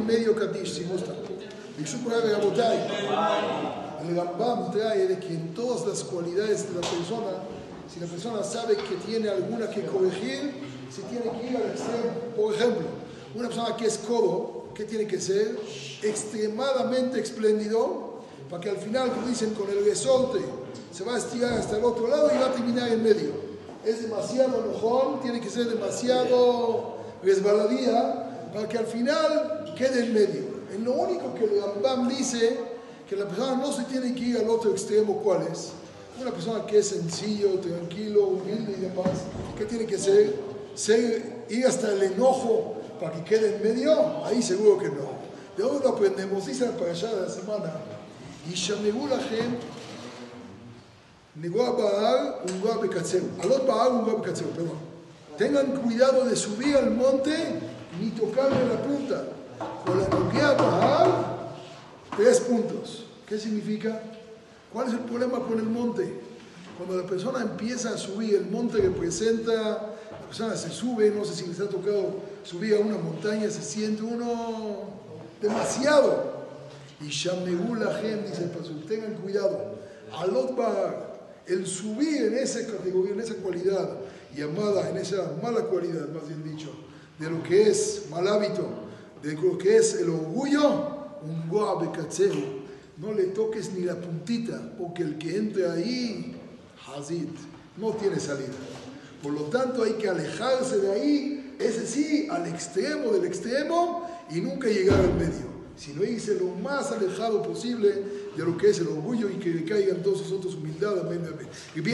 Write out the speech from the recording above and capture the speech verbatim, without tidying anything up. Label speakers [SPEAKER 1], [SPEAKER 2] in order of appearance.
[SPEAKER 1] medio Kadish, si gusta. El Rambam trae de que en todas las cualidades de la persona, si la persona sabe que tiene alguna que corregir, se tiene que ir al extremo. Por ejemplo, una persona que es codo, ¿qué tiene que ser? Extremadamente espléndido, para que al final, como dicen, con el resorte se va a estirar hasta el otro lado y va a terminar en medio. Es demasiado enojón, tiene que ser demasiado resbaladía para que al final quede en medio. En lo único que el Rambam dice que la persona no se tiene que ir al otro extremo, ¿cuál es? Una persona que es sencillo, tranquilo, humilde y demás, ¿qué tiene que ser? ser ir hasta el enojo para que quede en medio, ahí seguro que no. De hoy lo aprendemos, dice la parashá de la semana, y Yishameu Lachem Negoa Baal Ungoa Bekatzeu, Alot Baal Ungoa Bekatzeu, perdón. Tengan cuidado de subir al monte ni tocarle la punta. Con la Nogea Baal, tres puntos. ¿Qué significa? ¿Cuál es el problema con el monte? Cuando la persona empieza a subir, el monte representa, la persona se sube, no sé si les ha tocado subir a una montaña, se siente uno demasiado. Y Yishameu Lachem, dice el pasuk, tengan cuidado. Alot Baal, el subir en esa categoría, en esa cualidad llamada, en esa mala cualidad, más bien dicho, de lo que es mal hábito, de lo que es el orgullo, un goa bekatzeu, no le toques ni la puntita, porque el que entre ahí, hazit, no tiene salida. Por lo tanto, hay que alejarse de ahí, ese sí, al extremo del extremo, y nunca llegar al medio, sino irse lo más alejado posible de lo que es el orgullo y que le caigan todos sus otros humildad. Amén, amén.